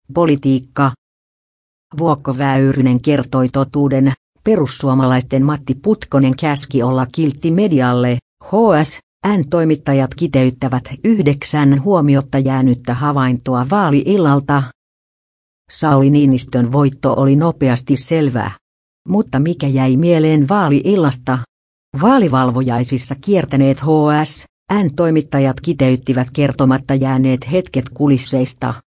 Politiikka. Vuokko Väyrynen kertoi totuuden, perussuomalaisten Matti Putkonen käski olla kiltti medialle, HSN-toimittajat kiteyttävät 9 huomiotta jäänyttä havaintoa vaali-illalta. Sauli Niinistön voitto oli nopeasti selvää. Mutta mikä jäi mieleen vaali-illasta? Vaalivalvojaisissa kiertäneet HSN-toimittajat kiteyttivät kertomatta jääneet hetket kulisseista.